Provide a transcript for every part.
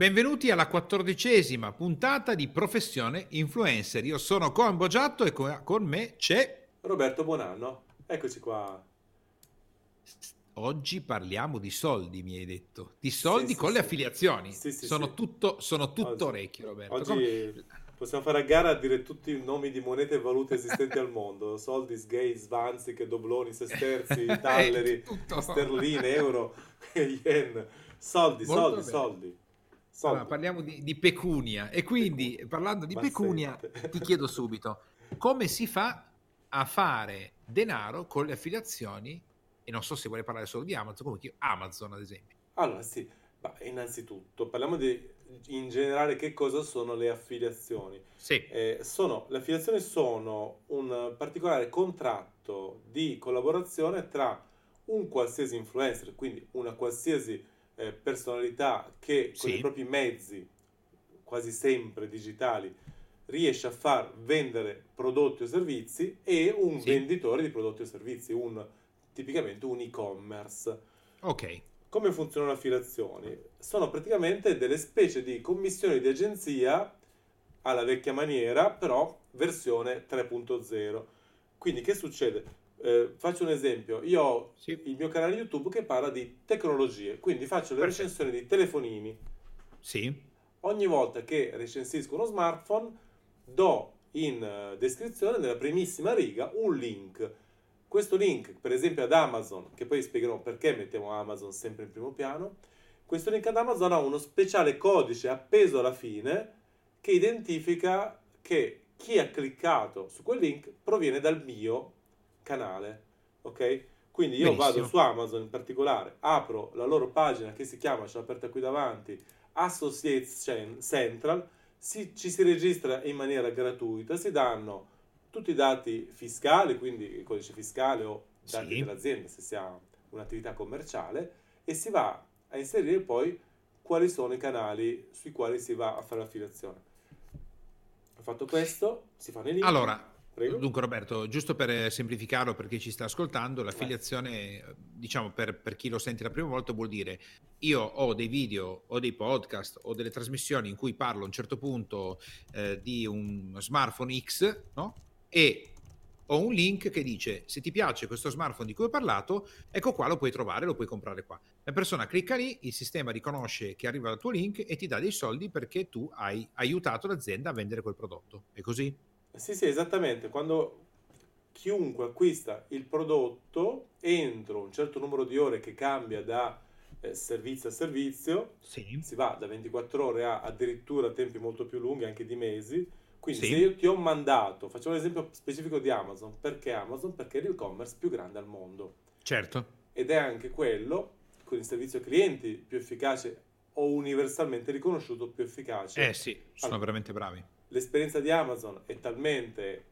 Benvenuti alla 14ª puntata di Professione Influencer. Io sono Coen Boggiatto e con me c'è... Roberto Buonanno, eccoci qua. Oggi parliamo di soldi, mi hai detto. Di Sì, soldi sì, con le sì. affiliazioni. Sì, sì, Sono sì. tutto Oggi, orecchio, Roberto. oggi possiamo fare a gara a dire tutti i nomi di monete e valute esistenti al mondo. Soldi, sgei, svanzi, dobloni, sesterzi, talleri, Tutto sterline, euro, yen. Soldi, molto soldi, bene. soldi. Allora, Soldi. parliamo di pecunia. E Pecunia. quindi, parlando di Ma pecunia, sente. ti chiedo subito, come si fa a fare denaro con le affiliazioni? E non so se vuole parlare solo di Amazon, comunque Amazon, ad esempio. Allora, sì, ma innanzitutto parliamo di in generale che cosa sono le affiliazioni. Sì, Le affiliazioni sono un particolare contratto di collaborazione tra un qualsiasi influencer, quindi una qualsiasi personalità che con i sì, propri mezzi, quasi sempre digitali, riesce a far vendere prodotti o servizi e un sì, venditore di prodotti o servizi, tipicamente un e-commerce. ok, Come funzionano le affiliazioni? Sono praticamente delle specie di commissioni di agenzia alla vecchia maniera, però versione 3.0. Quindi che succede? Faccio un esempio, io ho sì, il mio canale YouTube che parla di tecnologie, quindi faccio le perfetto, recensioni di telefonini. sì, Ogni volta che recensisco uno smartphone, do in descrizione, nella primissima riga, un link. Questo link, per esempio ad Amazon, che poi spiegherò perché mettiamo Amazon sempre in primo piano, questo link ad Amazon ha uno speciale codice appeso alla fine che identifica che chi ha cliccato su quel link proviene dal mio canale. Ok? Quindi io vado benissimo, su Amazon in particolare, apro la loro pagina che si chiama, ce l'ho aperta qui davanti, Associates Central, ci si registra in maniera gratuita, si danno tutti i dati fiscali, quindi il codice fiscale o dati sì. dell'azienda se si ha un'attività commerciale, e si va a inserire poi quali sono i canali sui quali si va a fare l'affiliazione. Fatto questo, si fanno i link, Allora, prego. dunque Roberto, giusto per semplificarlo per chi ci sta ascoltando, Eh, l'affiliazione, diciamo per chi lo sente la prima volta, vuol dire io ho dei video o dei podcast o delle trasmissioni in cui parlo a un certo punto di un smartphone X, no? E ho un link che dice se ti piace questo smartphone di cui ho parlato, ecco qua lo puoi trovare, lo puoi comprare qua. La persona clicca lì, il sistema riconosce che arriva dal tuo link e ti dà dei soldi perché tu hai aiutato l'azienda a vendere quel prodotto. È così? sì, sì, esattamente. Quando chiunque acquista il prodotto, entro un certo numero di ore che cambia da servizio a servizio, Sì, si va da 24 ore a addirittura tempi molto più lunghi, anche di mesi. Quindi se sì, io ti ho mandato, facciamo l'esempio specifico di Amazon, perché Amazon? Perché è l'e-commerce più grande al mondo certo. ed è anche quello con il servizio clienti più efficace o universalmente riconosciuto più efficace. Eh sì, sono Allora, veramente bravi. l'esperienza di Amazon è talmente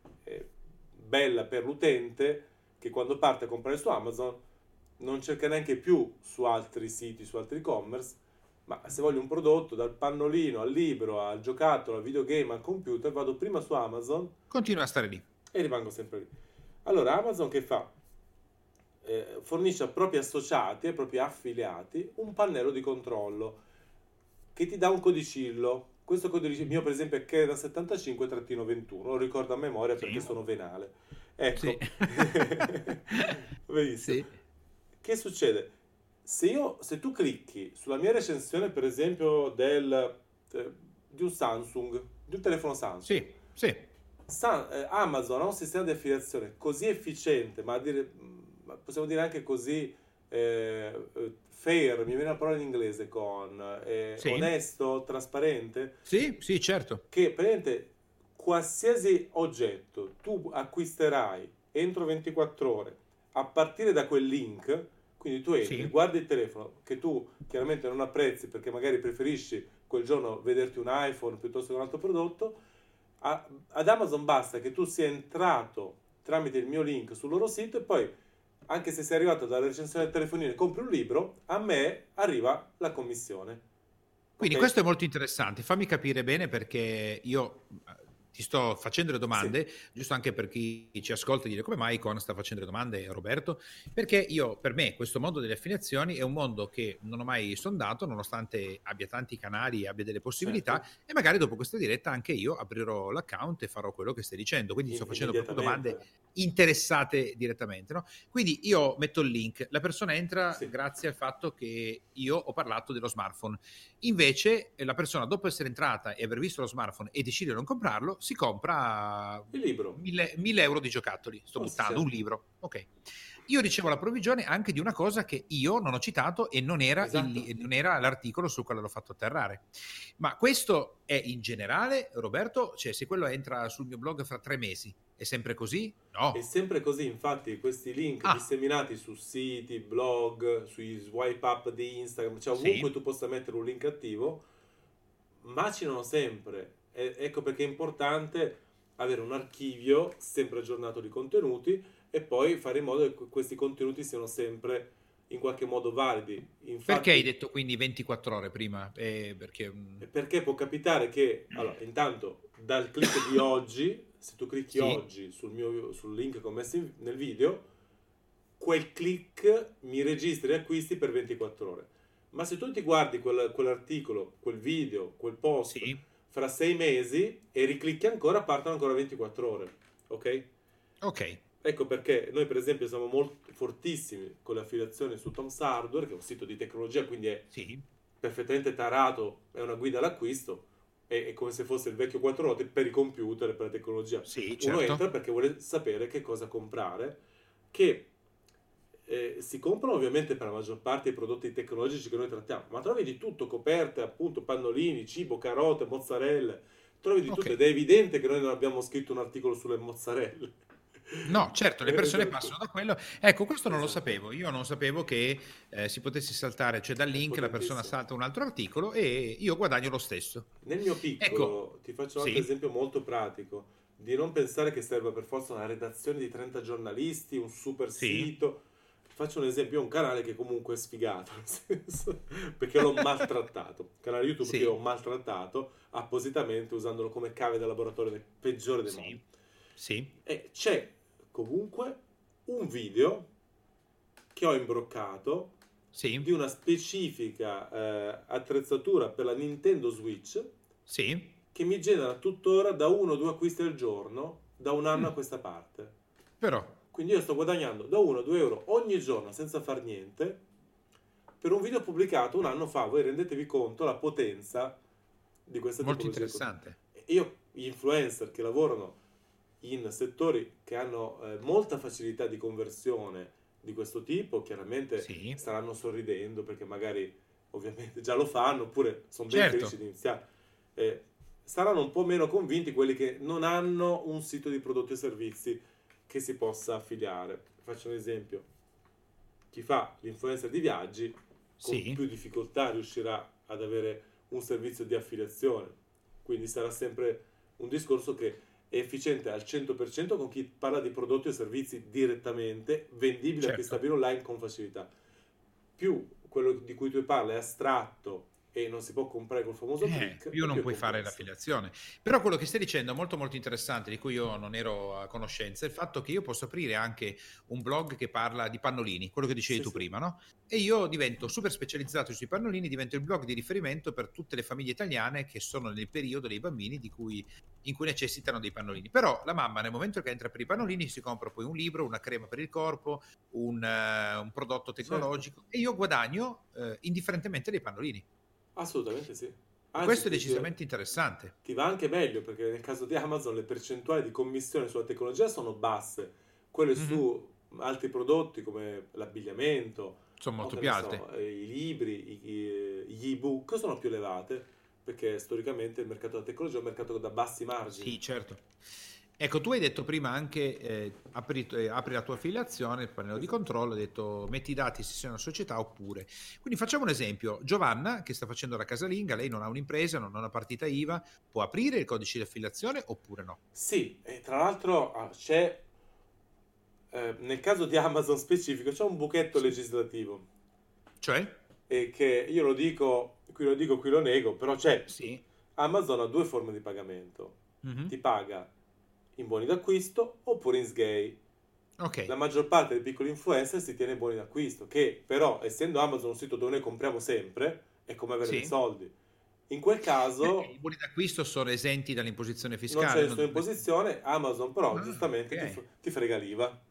bella per l'utente che quando parte a comprare su Amazon non cerca neanche più su altri siti, su altri e-commerce, ma se voglio un prodotto dal pannolino al libro, al giocattolo, al videogame, al computer, vado prima su Amazon Continua a stare lì. e rimango sempre lì. Allora Amazon che fa? Fornisce ai propri associati, ai propri affiliati, un pannello di controllo che ti dà un codicillo. Questo codice mio, per esempio, è Keda75-21, lo ricordo a memoria perché Sì, sono venale. sì. Ecco, benissimo. Sì, Che succede? Se tu clicchi sulla mia recensione, per esempio, di un Samsung, di un telefono Samsung, sì, sì, Amazon ha un sistema di affiliazione così efficiente, ma possiamo dire anche così fair, mi viene la parola in inglese sì, onesto, trasparente, sì, sì, certo. che praticamente qualsiasi oggetto tu acquisterai entro 24 ore a partire da quel link, quindi tu entri, Sì. guardi il telefono che tu chiaramente non apprezzi perché magari preferisci quel giorno vederti un iPhone piuttosto che un altro prodotto, ad Amazon basta che tu sia entrato tramite il mio link sul loro sito e poi, anche se sei arrivato dalla recensione del telefonino e compri un libro, a me arriva la commissione. Quindi Ok? questo è molto interessante. Fammi capire bene perché io ti sto facendo le Sì, domande, giusto anche per chi ci ascolta e dire come mai Icon sta facendo le domande, Roberto, perché per me, questo mondo delle affiliazioni è un mondo che non ho mai sondato, nonostante abbia tanti canali e abbia delle possibilità, certo, e magari dopo questa diretta anche io aprirò l'account e farò quello che stai dicendo, quindi sto facendo proprio domande immediatamente. interessate direttamente, no? Quindi io metto il link, la persona entra Sì, grazie al fatto che io ho parlato dello smartphone. Invece, la persona, dopo essere entrata e aver visto lo smartphone e decide di non comprarlo, si compra il libro. 1000 euro di giocattoli. Sto Oh, sì, buttando un certo. libro. Ok. Io ricevo la provvigione anche di una cosa che io non ho citato e Esatto. non era l'articolo sul quale l'ho fatto atterrare. Ma questo è in generale, Roberto? Cioè, se quello entra sul mio blog fra 3 mesi, è sempre così? È No. sempre così, infatti, questi link Ah, disseminati su siti, blog, sui swipe up di Instagram, cioè ovunque sì, tu possa mettere un link attivo, macinano sempre. Ecco perché è importante avere un archivio sempre aggiornato di contenuti e poi fare in modo che questi contenuti siano sempre in qualche modo validi. perché hai Infatti, detto quindi 24 ore prima? Perché... perché può capitare che, allora, intanto dal click di oggi, se tu clicchi sì, oggi sul link che ho messo nel video, quel click mi registra gli acquisti per 24 ore. Ma se tu ti guardi quell'articolo, quel video, quel post sì, fra 6 mesi e riclicchi ancora, partono ancora 24 ore. Ok? ok, Ecco perché noi per esempio siamo molto fortissimi con le affiliazioni su Tom's Hardware, che è un sito di tecnologia, quindi è sì, perfettamente tarato, è una guida all'acquisto, è come se fosse il vecchio quattro ruote per i computer e per la tecnologia. sì, Uno entra certo. perché vuole sapere che cosa comprare, che si comprano ovviamente per la maggior parte i prodotti tecnologici che noi trattiamo, ma trovi di tutto, coperte, appunto, pannolini, cibo, carote, mozzarelle, trovi di Ok. tutto ed è evidente che noi non abbiamo scritto un articolo sulle mozzarelle. No, certo, le persone Esatto, passano da quello. Ecco, questo non lo esatto, sapevo. Io non sapevo che si potesse saltare, cioè dal è link la persona potentissimo. salta un altro articolo e io guadagno lo stesso. Nel mio Ecco, piccolo ti faccio un altro sì, esempio molto pratico, di non pensare che serva per forza una redazione di 30 giornalisti, un super sì, sito. Faccio un esempio, io ho un canale che comunque è sfigato, nel senso, perché l'ho maltrattato. Un canale YouTube che io ho sì, maltrattato appositamente usandolo come cave da laboratorio nel peggiore dei modi. sì, sì, E c'è comunque un video che ho imbroccato di sì, una specifica attrezzatura per la Nintendo Switch sì. che mi genera tuttora da uno o due acquisti al giorno da un anno a Mm, questa parte. però, Quindi io sto guadagnando da 1 a 2 euro ogni giorno senza far niente per un video pubblicato un anno fa. Voi rendetevi conto la potenza di questa molto tipologia di contenuti. interessante. Io, gli influencer che lavorano in settori che hanno molta facilità di conversione di questo tipo, chiaramente Sì, staranno sorridendo perché magari ovviamente già lo fanno oppure sono ben felici certo. di iniziare. Eh, Saranno un po' meno convinti quelli che non hanno un sito di prodotti e servizi che si possa affiliare. Faccio un esempio: chi fa l'influencer di viaggi con Sì, più difficoltà riuscirà ad avere un servizio di affiliazione. Quindi sarà sempre un discorso che è efficiente al 100% con chi parla di prodotti o servizi direttamente, vendibili e certo. acquistabili online con facilità. Più quello di cui tu parli è astratto e non si può comprare col famoso click, Più e non più è puoi fare complesso. l'affiliazione. Però quello che stai dicendo è molto molto interessante, di cui io non ero a conoscenza, è il fatto che io posso aprire anche un blog che parla di pannolini, quello che dicevi Sì, tu sì. prima, no? E io divento super specializzato sui pannolini, divento il blog di riferimento per tutte le famiglie italiane che sono nel periodo dei bambini in cui necessitano dei pannolini. Però la mamma nel momento che entra per i pannolini si compra poi un libro, una crema per il corpo, un prodotto Certo, tecnologico e io guadagno indifferentemente dai pannolini. assolutamente sì. E Anzi, questo è decisamente interessante. ti va anche meglio perché nel caso di Amazon le percentuali di commissione sulla tecnologia sono basse, quelle Mhm. su altri prodotti come l'abbigliamento Sono o molto che più ne so, alte. i libri, gli ebook sono più elevate perché storicamente il mercato della tecnologia è un mercato da bassi margini. Sì, certo. Ecco, tu hai detto prima anche apri la tua affiliazione, il pannello di Esatto. controllo, hai detto metti i dati se sei una società oppure. Quindi facciamo un esempio. Giovanna, che sta facendo la casalinga, lei non ha un'impresa, non ha una partita IVA, può aprire il codice di affiliazione oppure no? Sì, e tra l'altro c'è, nel caso di Amazon specifico, c'è un buchetto Sì. legislativo Cioè? e che io lo dico, qui lo nego, però c'è. Sì. Amazon ha due forme di pagamento. Mhm. ti paga in buoni d'acquisto oppure in SGAE. La Ok, maggior parte dei piccoli influencer si tiene in buoni d'acquisto, che però, essendo Amazon un sito dove noi compriamo sempre, è come avere dei sì. soldi. In quel Perché caso i buoni d'acquisto sono esenti dall'imposizione non c'è fiscale? Non nessuna dovresti... imposizione, Amazon però Ah, giustamente ok. ti frega l'IVA.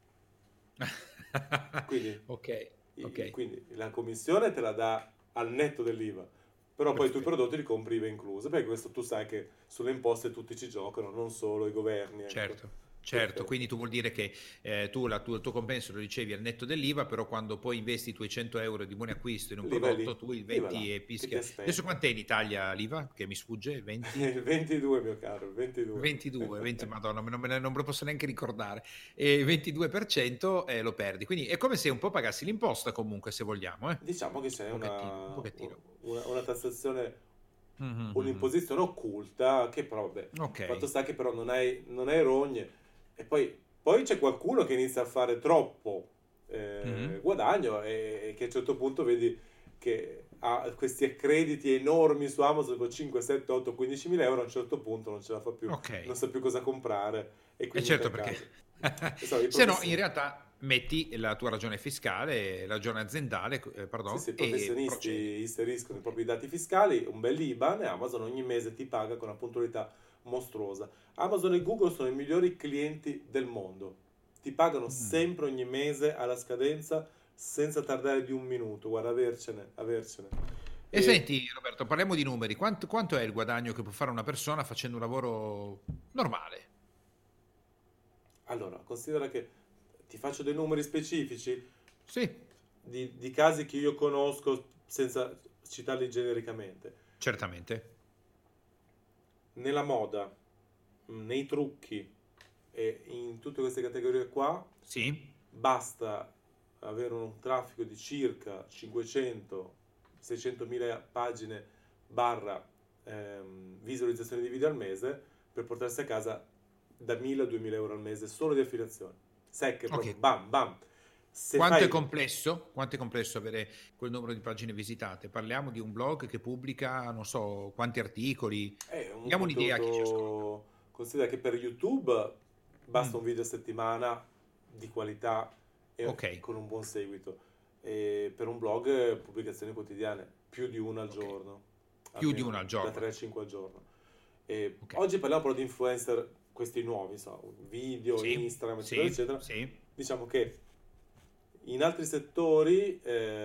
Quindi, Ok, ok, quindi la commissione te la dà al netto dell'IVA, però poi tu i perfetto. prodotti li compri IVA incluse, perché questo tu sai che sulle imposte tutti ci giocano, non solo i governi, ecco. Certo, certo. Quindi Perfetto. tu vuol dire che il tuo compenso lo ricevi al netto dell'IVA, però quando poi investi i tuoi 100 euro di buoni acquisto in un L'IVA è lì, prodotto, tu il l'IVA là, 20 e che ti pischia. Adesso aspetta. quant'è in Italia l'IVA? Che mi sfugge? Il 20? Il 22, mio caro, il 22. 22, 20, Madonna, non me lo posso neanche ricordare. E il 22% lo perdi. Quindi è come se un po' pagassi l'imposta comunque, se vogliamo, eh. Diciamo che c'è Un pochettino, un pochettino. una tassazione, Mhm, mhm. un'imposizione occulta che però, vabbè, Ok. il fatto sta che però non hai rogne. E poi c'è qualcuno che inizia a fare troppo Mhm. guadagno e che a un certo punto vedi che ha questi accrediti enormi su Amazon con 5, 7, 8, 15 mila euro, a un certo punto non ce la fa più, Ok. non sa più cosa comprare e E quindi entra certo in perché casa. Insomma, i se no in professionisti. realtà metti la tua ragione fiscale, la ragione aziendale, Sì, sì, pardon, i e professionisti procedi. inseriscono i Ok. propri dati fiscali, un bel IBAN e Amazon ogni mese ti paga con una puntualità mostruosa. Amazon e Google sono i migliori clienti del mondo. Ti pagano Mm. sempre ogni mese alla scadenza senza tardare di un minuto. Guarda, avercene, avercene. E E senti Roberto, parliamo di numeri. Quanto è il guadagno che può fare una persona facendo un lavoro normale? allora, considera che ti faccio dei numeri specifici Sì, di casi che io conosco senza citarli genericamente. certamente. Nella moda, nei trucchi e in tutte queste categorie qua Sì, basta avere un traffico di circa 500-600 mila pagine barra visualizzazioni di video al mese per portarsi a casa da 1000 a 2000 euro al mese solo di affiliazione. Secche proprio, ok. bam, bam. Se Quanto è fai complesso? Quanto è complesso avere quel numero di pagine visitate? Parliamo di un blog che pubblica, non so, quanti articoli. un Diamo un'idea a chi ci ascolta. contenuto, considera che per YouTube basta Mm, un video a settimana di qualità e ok, con un buon seguito. E per un blog pubblicazioni quotidiane, più di una al ok. giorno, Più di una almeno al da giorno. 3 a 5 al giorno. E Ok. oggi parliamo però di influencer, questi nuovi, insomma, video, Sì, Instagram, eccetera, sì, eccetera. sì. Diciamo che in altri settori,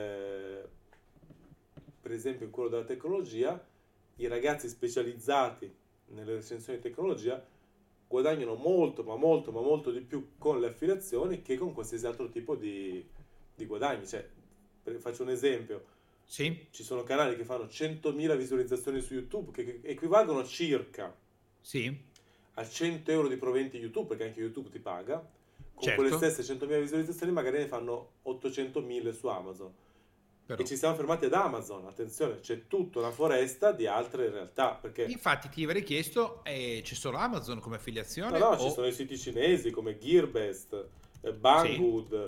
per esempio in quello della tecnologia, i ragazzi specializzati nelle recensioni di tecnologia guadagnano molto, ma molto, ma molto di più con le affiliazioni che con qualsiasi altro tipo di guadagni. Cioè, faccio un esempio, Sì, ci sono canali che fanno 100.000 visualizzazioni su YouTube che equivalgono circa sì, a 100 euro di proventi YouTube, perché anche YouTube ti paga. Con quelle certo, stesse 100.000 visualizzazioni magari ne fanno 800.000 su Amazon. E però. ci siamo fermati ad Amazon, attenzione, c'è tutta una foresta di altre realtà, perché Infatti ti avrei chiesto, c'è solo Amazon come no, affiliazione no, ci sono o... i siti cinesi come Gearbest, Sì, Banggood,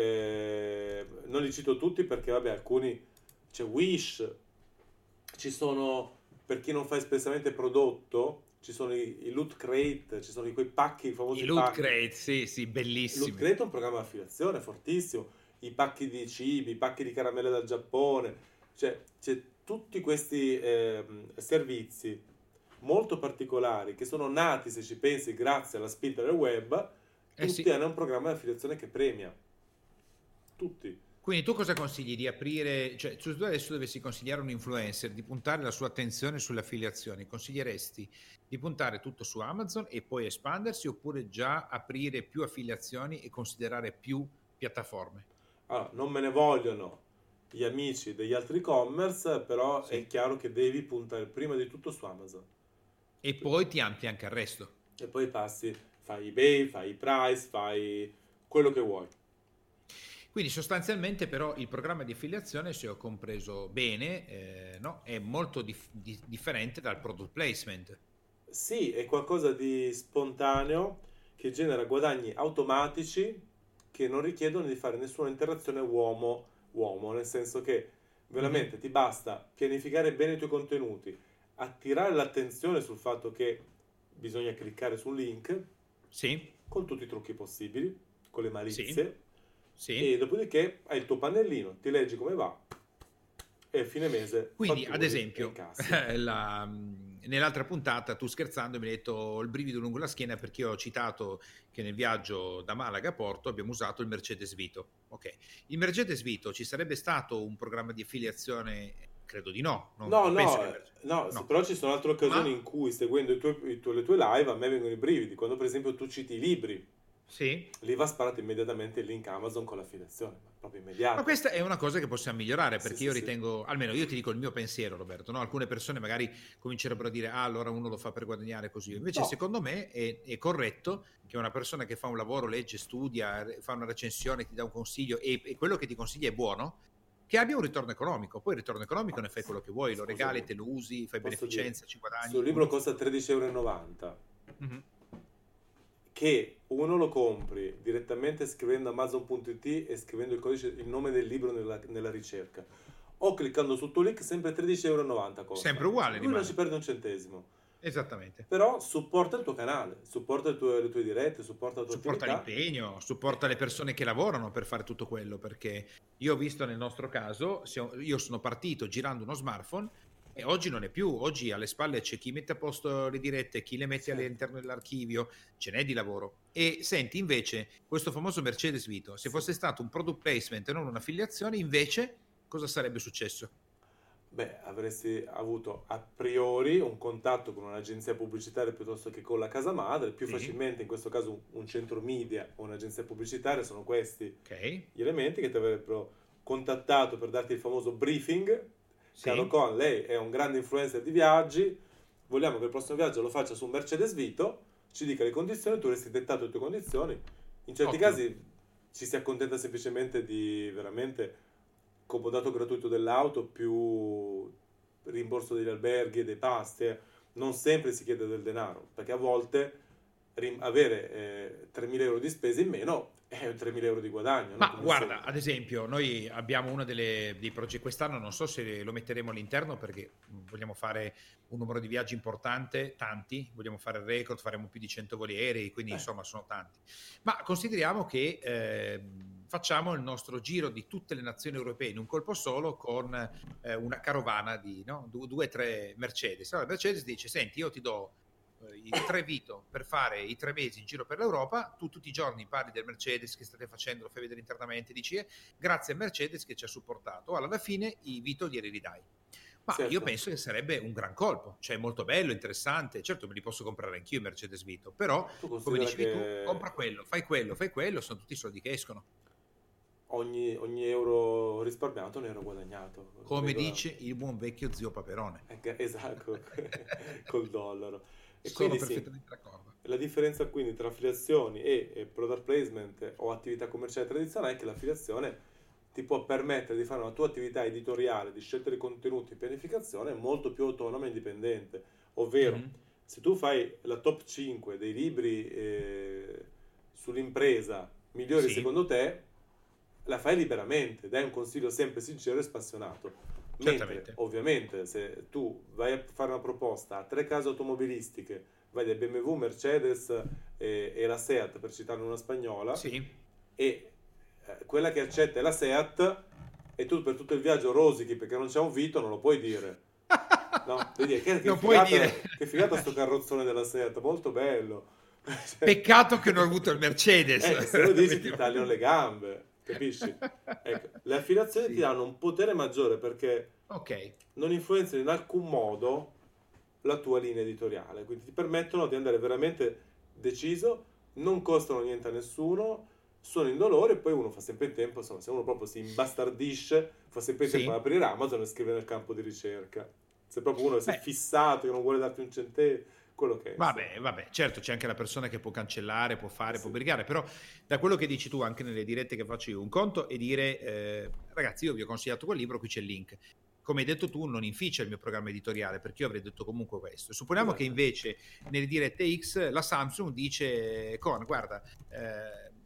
non li cito tutti perché vabbè, alcuni c'è Wish, ci sono, per chi non fa espressamente prodotto, ci sono i Loot Crate, ci sono quei pacchi, i i famosi Loot pacchi. Crate, sì, sì, Loot bellissimi. Crate è un programma di affiliazione fortissimo, i pacchi di cibi, i pacchi di caramelle dal Giappone, cioè c'è tutti questi servizi molto particolari che sono nati, se ci pensi, grazie alla spinta del web, Eh tutti sì. hanno un programma di affiliazione che premia, tutti. Quindi tu cosa consigli di aprire, cioè se tu adesso dovessi consigliare a un influencer di puntare la sua attenzione sulle affiliazioni, consiglieresti di puntare tutto su Amazon e poi espandersi oppure già aprire più affiliazioni e considerare più piattaforme? Allora, non me ne vogliono gli amici degli altri e-commerce, però è Sì. chiaro che devi puntare prima di tutto su Amazon. E poi ti ampli anche al resto. E poi passi, fai eBay, fai price, fai quello che vuoi. Quindi sostanzialmente però il programma di affiliazione, se ho compreso bene, no, è molto differente dal product placement. Sì, è qualcosa di spontaneo che genera guadagni automatici che non richiedono di fare nessuna interazione uomo-uomo, nel senso che Mhm. veramente ti basta pianificare bene i tuoi contenuti, attirare l'attenzione sul fatto che bisogna cliccare sul link Sì, con tutti i trucchi possibili, con le sì, malizie, sì. e dopodiché hai il tuo pannellino, ti leggi come va e a fine mese Quindi, ad fatturi e esempio, incassi. nell'altra puntata tu scherzando mi hai detto il brivido lungo la schiena perché io ho citato che nel viaggio da Malaga a Porto abbiamo usato il Mercedes Vito. Ok, il Mercedes Vito ci sarebbe stato un programma di affiliazione? Credo di no, No, non penso no, che il Mercedes... no, No, però ci sono altre occasioni in ma cui seguendo le tue live a me vengono i brividi, quando per esempio tu citi i libri, sì. lì va sparato immediatamente il link Amazon con l'affiliazione, ma proprio Ma immediato. questa è una cosa che possiamo migliorare Sì, perché sì, io sì. ritengo, almeno io ti dico il mio pensiero, Roberto, no? Alcune persone magari comincerebbero a dire, ah, allora uno lo fa per guadagnare così. Invece, No, secondo me, è corretto che una persona che fa un lavoro, legge, studia, fa una recensione, ti dà un consiglio e quello che ti consiglia è buono, che abbia un ritorno economico. Poi il ritorno economico ma ne fai quello che vuoi, lo regali, scusami, te lo usi, fai posso dire, beneficenza, ci se un guadagni, libro ognuno fa costa quello che 13,90 euro, vuole. Mhm. che uno lo compri direttamente scrivendo amazon.it e scrivendo il nome del libro nella ricerca, o cliccando sul tuo link, sempre 13,90 euro costa. Sempre uguale Lui non ci rimane. perde un centesimo. Esattamente. Però supporta il tuo canale, supporta le tue dirette, supporta la tua Supporta attività. l'impegno, supporta le Eh, persone che lavorano per fare tutto quello, perché io ho visto nel nostro caso, io sono partito girando uno smartphone e oggi non è più, oggi alle spalle c'è chi mette a posto le dirette, chi le mette sì, all'interno dell'archivio, ce n'è di lavoro. E senti, invece, questo famoso Mercedes Vito, se sì. fosse stato un product placement e non un'affiliazione, invece cosa sarebbe successo? Beh, avresti avuto a priori un contatto con un'agenzia pubblicitaria piuttosto che con la casa madre, più Sì, facilmente in questo caso un centro media o un'agenzia pubblicitaria sono questi ok, gli elementi che ti avrebbero contattato per darti il famoso briefing. Caro sì, Con, lei è un grande influencer di viaggi, vogliamo che il prossimo viaggio lo faccia su un Mercedes Vito, ci dica le condizioni, tu avresti dettato le tue condizioni. In certi ottimo. casi ci si accontenta semplicemente di veramente comodato gratuito dell'auto più rimborso degli alberghi e dei pasti. Non sempre si chiede del denaro, perché a volte avere 3.000 euro di spese in meno è 3.000 euro di guadagno, no? Ma Come guarda, sempre. ad esempio, noi abbiamo uno dei progetti quest'anno, non so se lo metteremo all'interno perché vogliamo fare un numero di viaggi importante, tanti, vogliamo fare il record, faremo più di 100 voli aerei, quindi Eh, insomma sono tanti. Ma consideriamo che facciamo il nostro giro di tutte le nazioni europee in un colpo solo con una carovana di no? Due o tre Mercedes. Allora Mercedes dice, senti, io ti do i 3 Vito per fare i 3 mesi in giro per l'Europa, tu tutti i giorni parli del Mercedes che state facendo, lo fai vedere internamente, dici grazie a Mercedes che ci ha supportato, allora alla fine i Vito glieli ridai. Ma io certo, penso che sarebbe un gran colpo, cioè molto bello, interessante, certo me li posso comprare anch'io i Mercedes Vito, però tu come considera dicevi tu, che compra quello, fai quello, sono tutti i soldi che escono. ogni euro risparmiato è un euro guadagnato. Come dice il buon vecchio zio Paperone. Esatto, col dollaro. E Sono quindi sì, perfettamente d'accordo. la differenza quindi tra affiliazioni e product placement o attività commerciale tradizionale è che l'affiliazione ti può permettere di fare una tua attività editoriale, di scegliere contenuti e pianificazione molto più autonoma e indipendente. Ovvero, Mhm. se tu fai la top 5 dei libri sull'impresa migliori Sì, secondo te, la fai liberamente, dai un consiglio sempre sincero e spassionato. Mentre, certamente. ovviamente, se tu vai a fare una proposta a 3 case automobilistiche, vai da BMW, Mercedes e la Seat, per citarne una spagnola, Sì. e quella che accetta è la Seat, e tu per tutto il viaggio rosichi perché non c'è un Vito, non lo puoi dire. No, devi dire Non puoi dire che figata sto carrozzone della Seat, molto bello. Cioè, peccato che non ho avuto il Mercedes. se lo dici ti Mettiamola tagliano le così. gambe, capisci? Ecco, le affiliazioni ti Sì. danno un potere maggiore perché Ok, non influenzano in alcun modo la tua linea editoriale, quindi ti permettono di andare veramente deciso, non costano niente a nessuno, sono indolori e poi uno fa sempre in tempo, insomma, se uno proprio si imbastardisce, fa sempre in tempo ad sì. aprire Amazon e scrivere nel campo di ricerca. Se proprio uno si è Beh, fissato che non vuole darti un centesimo, quello che è, insomma. vabbè, certo, c'è anche la persona che può cancellare, può Eh fare, può sì, brigare, però da quello che dici tu anche nelle dirette che faccio io, un conto è dire, ragazzi, io vi ho consigliato quel libro, qui c'è il link. Come hai detto tu, non inficia il mio programma editoriale, perché io avrei detto comunque questo. Supponiamo che esatto. invece nelle dirette X la Samsung dice, Con, guarda,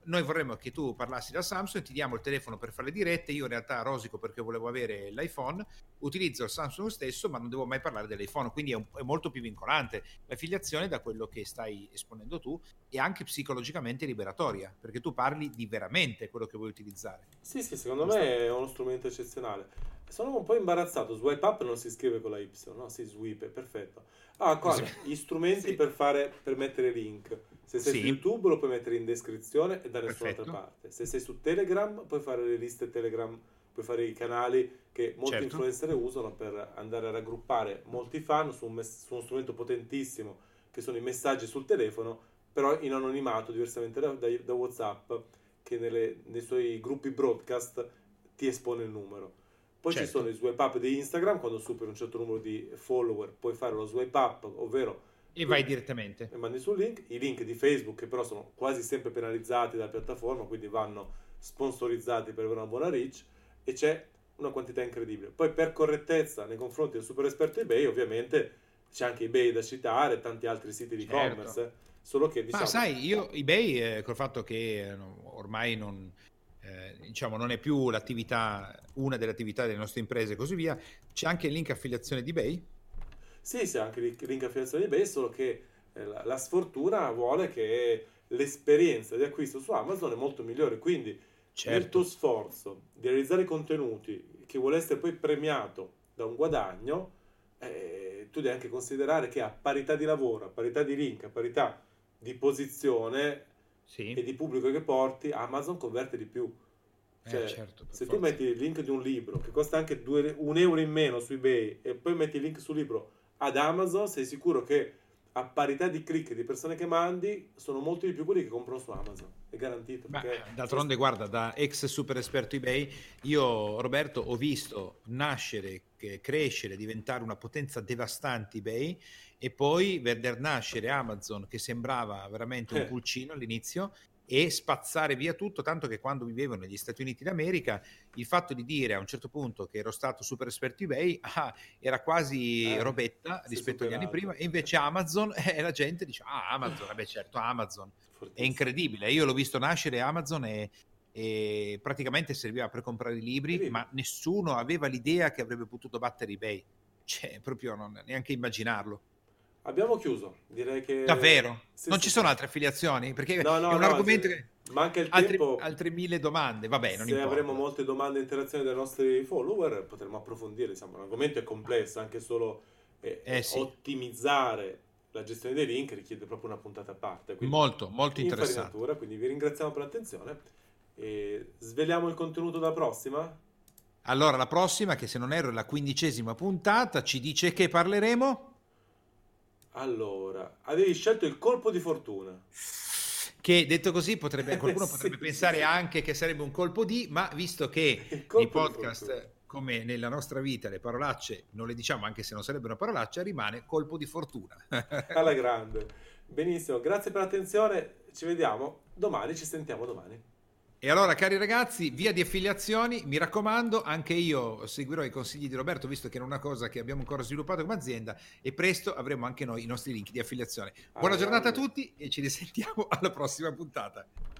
noi vorremmo che tu parlassi da Samsung, ti diamo il telefono per fare le dirette, io in realtà rosico perché volevo avere l'iPhone, utilizzo il Samsung stesso ma non devo mai parlare dell'iPhone, quindi è molto più vincolante l'affiliazione da quello che stai esponendo tu, e anche psicologicamente liberatoria, perché tu parli di veramente quello che vuoi utilizzare. Sì, sì, secondo me è uno strumento eccezionale. Sono un po' imbarazzato, swipe up non si scrive con la Y, no? Si swipe, è perfetto. Ah, qua, gli strumenti Sì. per mettere link. Se sei su Sì. YouTube lo puoi mettere in descrizione e da nessun'altra Perfetto. parte. Se sei su Telegram puoi fare le liste Telegram, puoi fare i canali che molti Certo. influencer usano per andare a raggruppare molti fan su su uno strumento potentissimo che sono i messaggi sul telefono, però in anonimato, diversamente da WhatsApp, che nei suoi gruppi broadcast ti espone il numero. Poi ci Certo. sono i swipe up di Instagram, quando superi un certo numero di follower puoi fare lo swipe up, ovvero E vai direttamente. e mandi sul link. I link di Facebook, che però sono quasi sempre penalizzati dalla piattaforma, quindi vanno sponsorizzati per avere una buona reach, e c'è una quantità incredibile. Poi, per correttezza nei confronti del super esperto eBay, ovviamente c'è anche eBay da citare, tanti altri siti di Certo. e-commerce, solo che diciamo... Ma sai, io eBay, col fatto che ormai non, diciamo, non è più l'attività, una delle attività delle nostre imprese e così via, c'è anche il link affiliazione di eBay. Sì, sì, anche link affiliazione eBay, solo che la sfortuna vuole che l'esperienza di acquisto su Amazon è molto migliore, quindi nel tuo Certo. sforzo di realizzare contenuti che vuole essere poi premiato da un guadagno, tu devi anche considerare che a parità di lavoro, a parità di link, a parità di posizione Sì. e di pubblico che porti, Amazon converte di più. Cioè, Certo, per se tu forza. metti il link di un libro che costa anche un euro in meno su eBay e poi metti il link sul libro ad Amazon, sei sicuro che a parità di click di persone che mandi sono molti di più quelli che comprano su Amazon, è garantito. Ma Perché d'altronde, guarda, da ex super esperto eBay, io, Roberto, ho visto nascere, crescere, diventare una potenza devastante eBay, e poi veder nascere Amazon, che sembrava veramente un pulcino all'inizio, e spazzare via tutto, tanto che quando vivevo negli Stati Uniti d'America, il fatto di dire a un certo punto che ero stato super esperto eBay era quasi robetta si è rispetto agli anni superato. prima, e invece Amazon, e la gente dice, Amazon, vabbè certo, Amazon. È Fortissimo. incredibile, io l'ho visto nascere Amazon e praticamente serviva per comprare i libri, ma nessuno aveva l'idea che avrebbe potuto battere eBay, cioè proprio neanche immaginarlo. Abbiamo chiuso, direi che... Davvero? Sì, Non sì, ci sì. sono altre affiliazioni? Perché No, è no, un no, argomento che... manca il tempo. altre 1000 domande, vabbè, non Se importa. avremo molte domande e interazioni dai nostri follower potremo approfondire, insomma, l'argomento è complesso, anche solo Sì. ottimizzare la gestione dei link richiede proprio una puntata a parte, quindi Molto, molto interessante. infarinatura, quindi vi ringraziamo per l'attenzione e sveliamo il contenuto della prossima? Allora, la prossima, che se non erro è la 15ª puntata, ci dice che parleremo... Allora, avevi scelto il colpo di fortuna. Che detto così qualcuno potrebbe Sì, pensare sì. anche che sarebbe un colpo di, ma visto che Il nei colpo di fortuna. podcast, come nella nostra vita, le parolacce non le diciamo anche se non sarebbero parolacce, rimane colpo di fortuna. Alla grande. Benissimo, grazie per l'attenzione, ci vediamo domani, ci sentiamo domani. E allora, cari ragazzi, via di affiliazioni, mi raccomando, anche io seguirò i consigli di Roberto, visto che è una cosa che abbiamo ancora sviluppato come azienda, e presto avremo anche noi i nostri link di affiliazione. Buona giornata a tutti e ci risentiamo alla prossima puntata.